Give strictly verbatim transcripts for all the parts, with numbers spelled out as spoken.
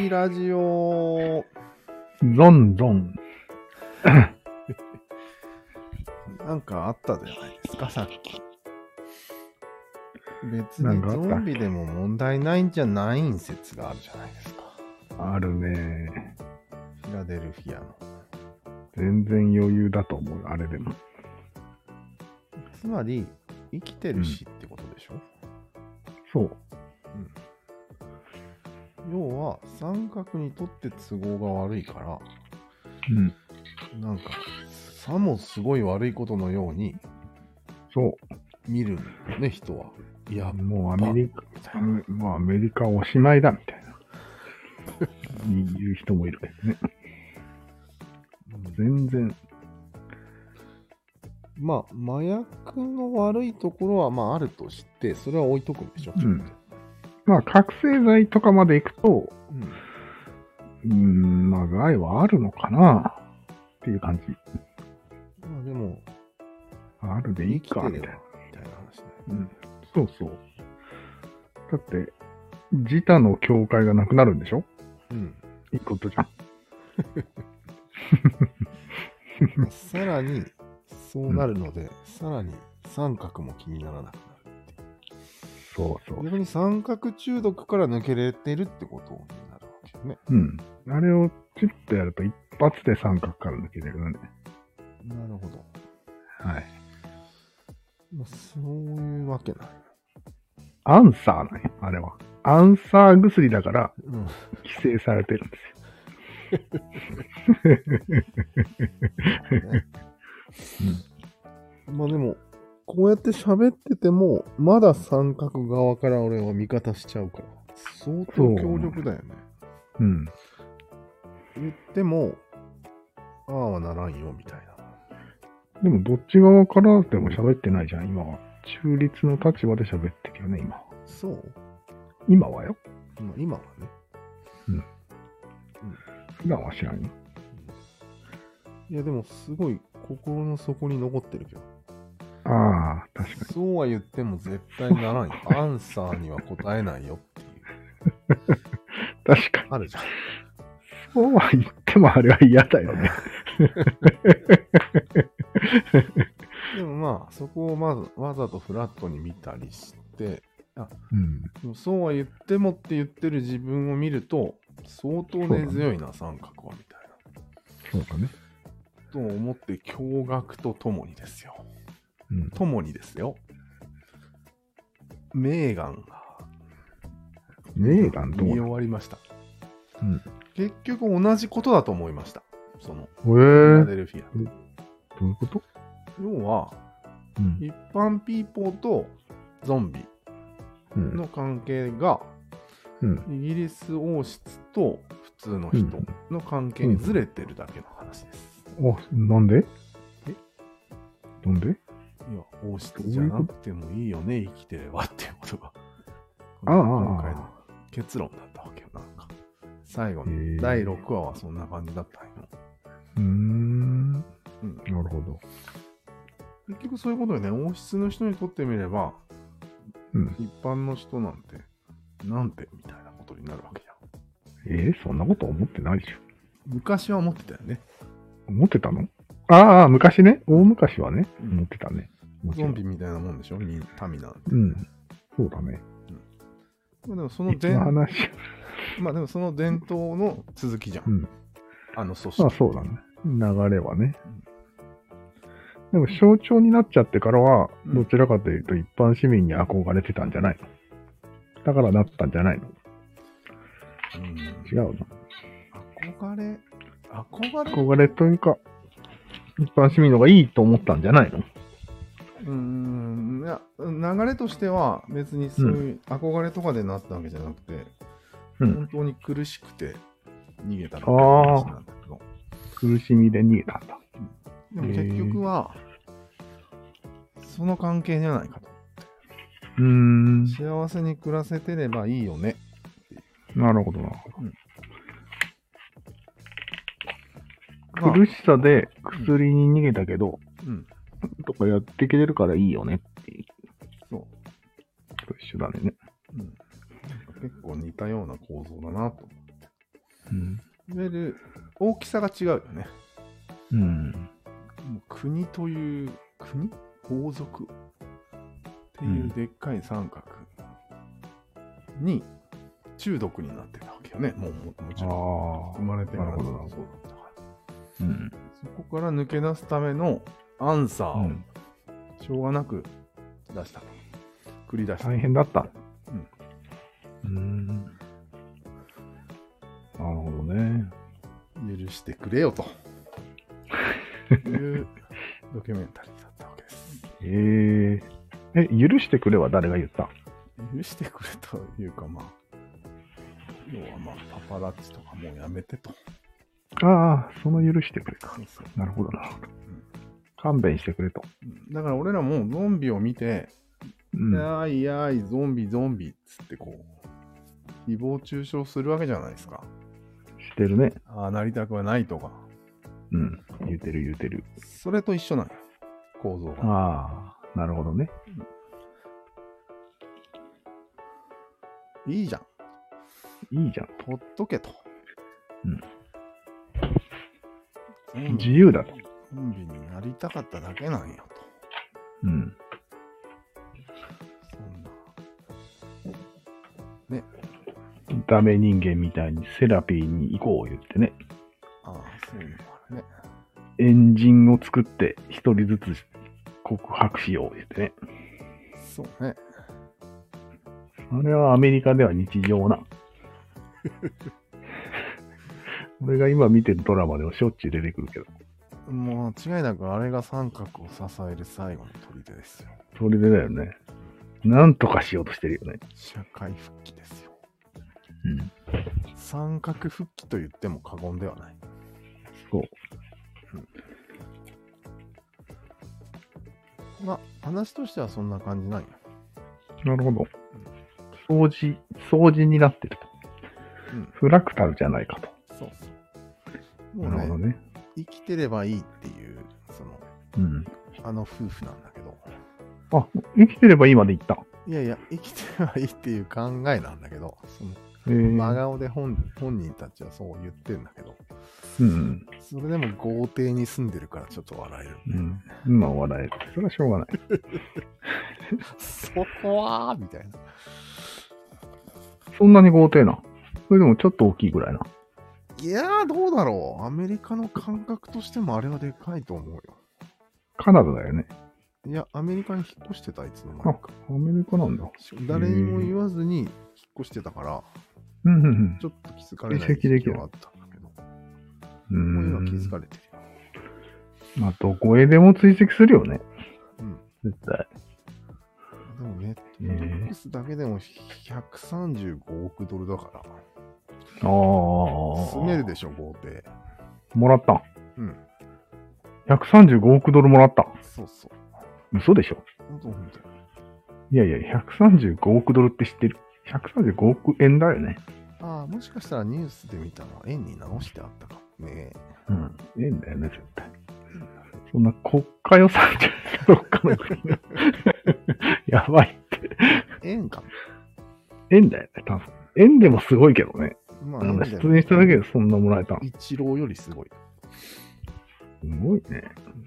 リラジオ。 ゾンゾン。 なんかあったじゃないですか、さっき。別になんかあったゾンビでも問題ないんじゃないん説があるじゃないですか。 あるね。 フィラデルフィアの。 全然余裕だと思う、あれでも。 つまり、生きてるしってことでしょ、 そう。 要は、三角にとって都合が悪いから、 うん。 なんか、さもすごい悪いことのようにそ見るね、人は。いや、 う。もうアメリカみたいな、 もうアメリカおしまいだ、みたいな。言う人もいるけどね。全然。 まあ、麻薬の悪いところはまああるとして、それは置いとくんでしょ、ちょっと。 うんまあ、覚醒剤とかまで行くと、 うん。 うーん、まあ、害はあるのかなっていう感じ。 まあでも、 あるでいいか、 生きてればみたいな。 みたいな話ね。 うん。そうそう。だって、自他の境界がなくなるんでしょうん。 いいことじゃん。 さらに、そうなるので、さらに三角も気にならなくなるっていう。 そうそう。 逆に三角中毒から抜けれてるってことになるわけよね。 うん。あれをチュッとやると一発で三角から抜けれるね。 なるほど。 はい。 まあ、そういうわけない。 アンサーなんや、あれは。アンサー薬だからうん。 規制されてるんですよ。 ね、まあでも、こうやって喋ってても、まだ三角側から俺は味方しちゃうから、相当強力だよね。 うん。 言っても、ああはならんよ、みたいな。 でも、どっち側からでも喋ってないじゃん、今は。中立の立場で喋ってるよね、今は。 そう今はよ。 まあ今はね。 普段は知らんよ。 いやでもすごい心の底に残ってるけど。 ああ、確かに。 そうは言っても絶対ならんよ。アンサーには答えないよっていう。 確かに。 あるじゃん。 そうは言ってもあれは嫌だよね。 でもまあそこをまずわざとフラットに見たりして、あ、 うん。 でもそうは言ってもって言ってる自分を見ると相当根強いな、三角はみたいな。 そうだね。 と思って驚愕とともにですよ。 うん。 ともにですよ。メーガンがメーガンどう見なの？ 終わりました。 うん。 結局同じことだと思いました。そのえフィラー、 デルフィア。 どういうこと？ 要はうん。 一般ピーポーとゾンビうん。 の関係がうん。 イギリス王室と普通の人の関係にずれてるだけの話です。 あ、なんで？ えなんで？ いや、王室じゃなくてもいいよね、生きてればっていうことがああ今回の結論だったわけよ。なんか最後へのーだいろくわはそんな感じだったんよ。 うーん。 うん、 なるほど。 結局そういうことよね。王室の人にとってみれば、 うん。 一般の人なんて、なんてみたいなことになるわけじゃん。 えー、そんなこと思ってないでしょ。 昔は思ってたよね。 思ってたの？ああ、昔ね。大昔はね。 うん思ってたね。もちろんゾンビみたいなもんでしょ、民民なんて。 うん。そうだね。 まあでもそのいつの伝、 話？ まあでもその伝統の続きじゃん。 うん。 あの組織。 まあそうだね。流れはね。でも象徴になっちゃってからは、 うんどちらかというと一般市民に憧れてたんじゃないの？だからなったんじゃないの？ うん違うの？ 憧れ、憧れ憧れというか、一般市民の方がいいと思ったんじゃないの？ うーん、いや、流れとしては別にそういう憧れとかでなったわけじゃなくて、 うん。 本当に苦しくて逃げたって話なんだけど、 苦しみで逃げたんだ。 でも結局は、その関係じゃないかと。 うーん。 幸せに暮らせてればいいよね。 なるほどなるほど。 まあ苦しさで薬に逃げたけど、 うん、 とかやっていけれるからいいよねっていう。 そう。 と一緒だね。 うん、結構似たような構造だなと。 うん。 いわゆる大きさが違うよね。 うん。 もう国という、国王族っていうでっかい三角に中毒になってたわけよね。もうももちろん。 ああ。 生まれてからなるほどなるほそうだったから。 うん。 そこから抜け出すためのアンサーをうん。 しょうがなく出した。繰り出した。 大変だった。 うん。 うーん。なるほどね。 許してくれよというドキュメンタリーだったわけです。 えええ、許してくれは誰が言った？ 許してくれというか、まあ、要はまあ、パパラッチとかもうやめてと。 ああ、その許してくれか。 そうそう。 なるほどなるほど。勘弁してくれと。 うんだから俺らもゾンビを見て、 うん。 やーいやーい、ゾンビゾンビっつってこう、誹謗中傷するわけじゃないですか。 してるね。 ああ、なりたくはないとか。 うん。言うてる言うてる。 それと一緒なのよ、構造が。 ああ、なるほどね。 いいじゃん。 いいじゃん。 ほっとけと。 うんゾンビ自由だと。 ゾンビになりたかっただけなんよと。 うん。 そんな。 ダメ人間みたいにセラピーに行こう言ってね。 ああ、そういうのもあるね。 エンジンを作って一人ずつ告白しよう言ってね。 そうね。 あれはアメリカでは日常な。俺が今見てるドラマでもしょっちゅう出てくるけど。 もう間違いなくあれが三角を支える最後の砦ですよ。 それでだよね。なんとかしようとしてるよね。 社会復帰ですよ。 うん。 三角復帰と言っても過言ではない。 そう。 まあ、話としてはそんな感じなんよ。 なるほど。掃除、掃除になってると。 うん。 フラクタルじゃないかと。 そうそう。もうね、 なるほどね。 生きてればいいっていう、その、 うん。 あの夫婦なんだけど、 あ、生きてればいいまで行った。 いやいや、生きてればいいっていう考えなんだけど、そのえー、 真顔で本本人たちはそう言ってんだけど、 うん。 それでも豪邸に住んでるからちょっと笑える。 うん。今笑える。それはしょうがない。 そこはーみたいな。 そんなに豪邸な。それでもちょっと大きいぐらいな。 いやー、どうだろう。アメリカの感覚としてもあれはでかいと思うよ。 カナダだよね。 いや、アメリカに引っ越してた、いつのあ、 間にか。 アメリカなんだ。 誰にも言わずに引っ越してたから、 うんうんうん。 ちょっと気づかれない追跡できる時期はあったんだけど、 うーもう今ん。 気づかれてるよ。 まあ、どこへでも追跡するよね。 うん。 絶対。 でもネットフリックスだけでもひゃくさんじゅうごおくドルだから、 ああ。 住めるでしょ、豪邸。 もらったん。 うん。 ひゃくさんじゅうごおくドルもらった。 そうそう。 嘘でしょ。 ほんとほんと。 いやいや、ひゃくさんじゅうごおくドルって知ってる？ ひゃくさんじゅうごおくえんだよね。 ああ、もしかしたらニュースで見たのは円に直してあったかもね。 うん。円だよね、絶対。そんな国家予算じゃどっかの国の。やばいって。 円かも。 円だよね、多分。円でもすごいけどね。 まあ、 あの円で出演しただけでそんなもらえたん。す一郎よりすごい。 ごいね。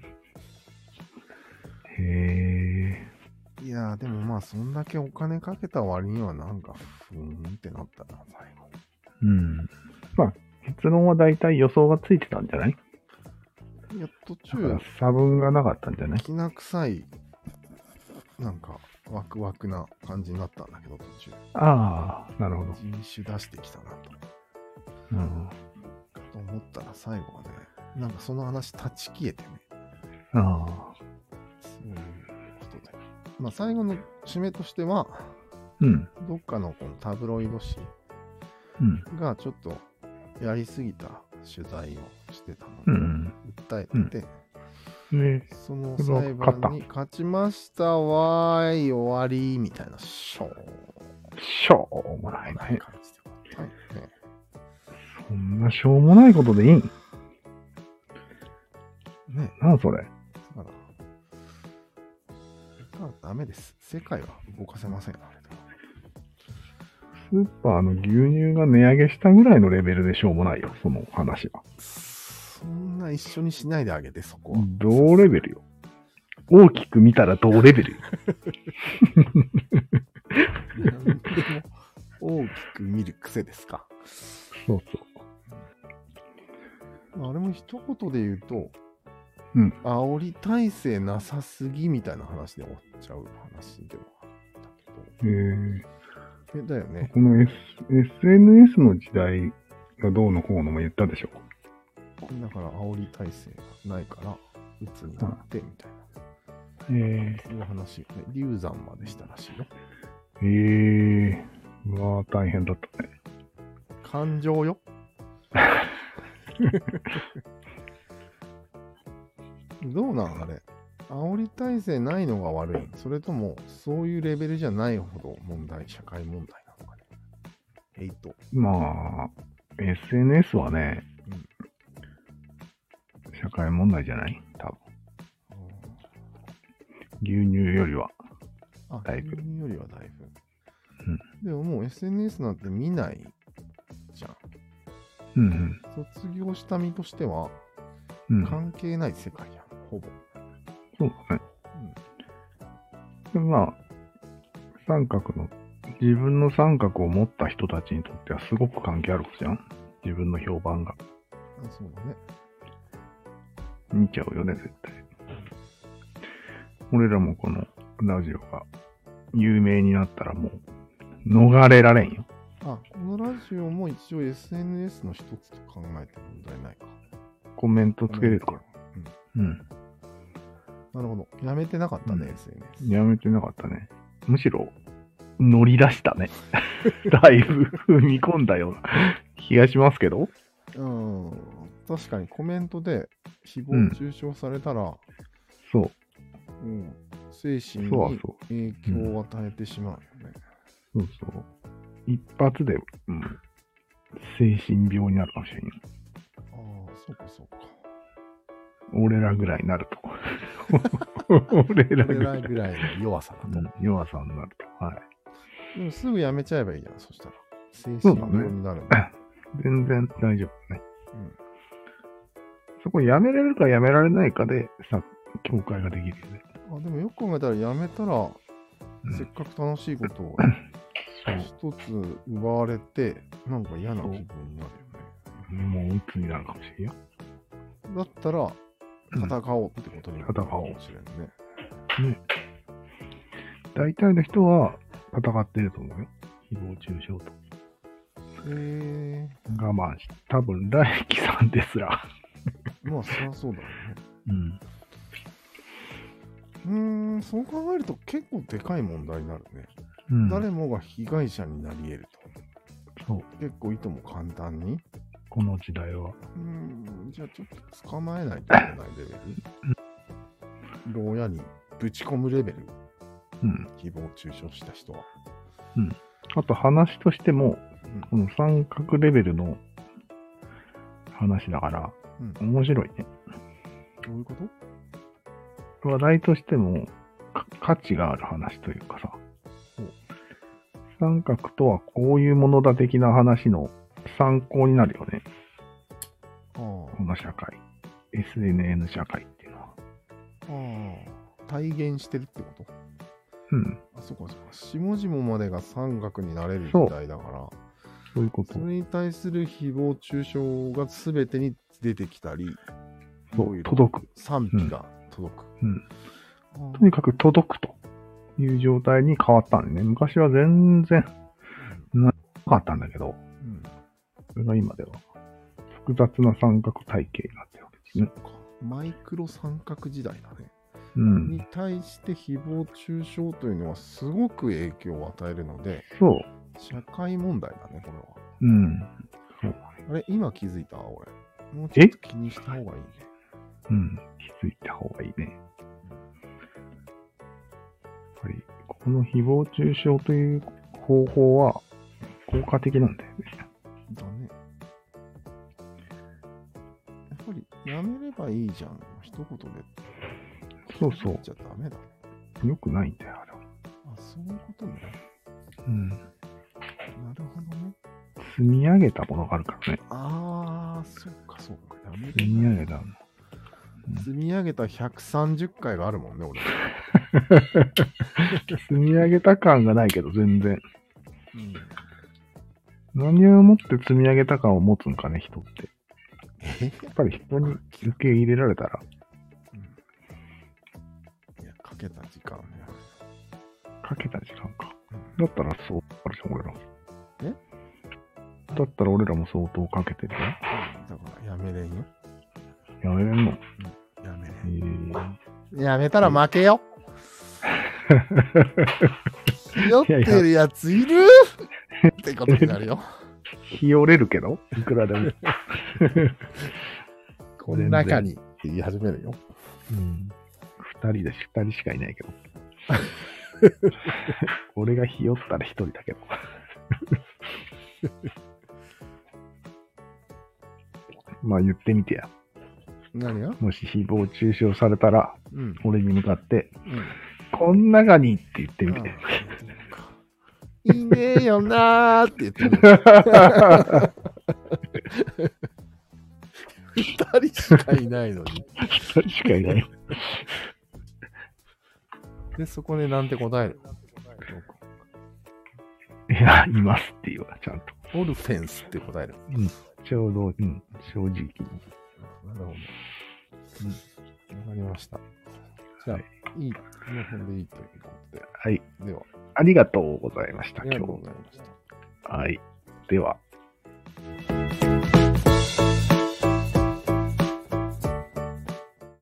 へえ。 いやー、でもまあ、そんだけお金かけた割にはなんか、ふーんってなったな、最後。 うん。まあ、結論は大体予想がついてたんじゃない？ いや、途だから中、 差分がなかったんじゃない？ きな臭い、なんか、ワクワクな感じになったんだけど、途中。 ああ、なるほど。 人種出してきたなと。 うん。 と思ったら最後はね、なんかその話断ち消えてね。 あそういうことで。まあ最後の締めとしては、 あ。うん。 どっかのこのタブロイド紙うん。 がちょっとやりすぎた取材をしてたので、 うん。 訴えてて、 ねそのそれは裁勝った判に勝ちましたわーい、終わりみたいな、しょうしょうもないね。 もない感じで終わったよね。 そんなしょうもないことでいいん？ ねなんそれ。 だから、だからダメです。世界は動かせません、あれでは。 スーパーの牛乳が値上げしたぐらいのレベルでしょうもないよ、その話は。 そんな一緒にしないであげて、そこは。 同レベルよ。大きく見たら同レベルよ。 何でも大きく見る癖ですか。 そうそう。 あれも一言で言うと、 うん。 煽り体制なさすぎみたいな話で終わっちゃう話ではあったけど。 へえ。 え、だよね。 この、S、エスエヌエス の時代がどうのこうのも言ったでしょ。 だから煽り体制がないから、鬱になってみたいな。 へえ。 そういう話、ね、流産までしたらしいよ。 へえ。うわー、大変だったね。 感情よ。どうなんあれ。煽り体制ないのが悪い。それとも、そういうレベルじゃないほど問題、社会問題なのかね。ヘイト。 まあ、エスエヌエス はね、うん、社会問題じゃない多分。牛乳よりは。 あ、 だいぶ。 牛乳よりはだいぶ。 うん、 でももう エスエヌエス なんて見ないじゃん。 うんうん、 卒業した身としては、関係ない世界やん、ほぼ。 そうだね。うん、でもまあ、三角の、自分の三角を持った人たちにとってはすごく関係あることじゃん。自分の評判が。 あ、そうだね。 見ちゃうよね、絶対。俺らもこのラジオが有名になったらもう逃れられんよ。 あ、このラジオも一応 エスエヌエス の一つと考えて問題ないか。 コメントつけれるから。うん。うん。 なるほど。やめてなかったね、 うん、 エスエヌエス。 やめてなかったね。むしろ乗り出したね。だいぶ踏み込んだような気がしますけど。 うん。確かにコメントで誹謗中傷されたら、うん、 そう。 うん、精神に影響を与えてしまうよね。 そうそう。一発で、うん、精神病になるかもしれんよ。 ああ、そうかそうか。 俺らぐらいになると。俺らぐらいぐらいの弱さだと、 うん。弱さになると。はい。 でもすぐやめちゃえばいいじゃん、そしたら。精神病になるんだ。 ね、全然大丈夫ね。うん、そこやめられるかやめられないかで、さ、境界ができるよね。 あ、でもよく考えたらやめたら、うん、せっかく楽しいことを一つ奪われて、なんか嫌な気分になるよね。 もう鬱になるかもしれんよ。 だったら、戦おうってことになるかもしれんね。 うん、ね。大体の人は戦ってると思うよ。誹謗中傷と。 へー。 我慢し、多分、大輝さんですら。 まあ、そりゃそうだよね。 うん。 うーん、そう考えると結構でかい問題になるね。 うん、 誰もが被害者になり得ると。 そう。 結構いとも簡単に。 この時代は。 うーん、じゃあちょっと捕まえないといけないレベル。牢屋にぶち込むレベル。 うん。 誹謗中傷した人は。 うん。あと話としても、うん、この三角レベルの話だから、うん、面白いね。 どういうこと？ 話題としても価値がある話というかさ、三角とはこういうものだ的な話の参考になるよね。 あ、 この社会。エスエヌエヌ 社会っていうのは。 ああ、体現してるってこと？ うん。 あ、そうかそうか。下々までが三角になれる時代だから、 そういうこと。 それに対する誹謗中傷が全てに出てきたり、 そういう届く。 賛否が届く。 うん。うん、とにかく届くという状態に変わったんでね。昔は全然なかったんだけど、うん、それが今では複雑な三角体系になってるわけですね。 マイクロ三角時代だね。 うん、 に対して誹謗中傷というのはすごく影響を与えるので、 そう。 社会問題だね、これは。 うん。そうあれ、今気づいた俺。もうちょっと気にした方がいいね。 うん、気づいた方がいいね。やっぱり、この誹謗中傷という方法は効果的なんだよね。 だね。やっぱり、やめればいいじゃん。一言で。 そうそう。 じゃダメだね。 よくないんだよ、あれは。 あ、そういうことね。 うん。 なる積み上げたものがあるからね。 ああ、そっかそっか。やめ積み上げたの。 積み上げたひゃくさんじゅっかいがあるもんね、俺。 積み上げた感がないけど、全然。 うん、 何をもって積み上げた感を持つんかね、人って。 えやっぱり人に受け入れられたら。 うん、いや、かけた時間ね。 かけた時間か。だったらそう、あれじゃん、俺ら。 えだったら俺らも相当かけてるよ。 だからやめれんよ。 やめれんの、うん、 やめれん。 えー、やめたら負けよ。酔ってるやついるってことになるよ。 ひよれるけどいくらでも。 この中にって言い始めるよ。 うん。二人だし、二人しかいないけど。俺がひよったら一人だけど。まあ言ってみてや。 何が？ もし誹謗中傷されたら、うん、俺に向かって、うん、こん中にって言ってみて。 いねえよなーって言ってみて。二人しかいないのに。 二人しかいない。 で、そこでなんて答える？ いや、いますって言うわ、ちゃんと。 オルフェンスって答える。 うん。ちょうど、うん、正直に。 なるほど。うん。わかりました。じゃあ、はい、いい、この辺でいいということで。 はい。 では。 ありがとうございました。 ありがとうございました。 はい。では。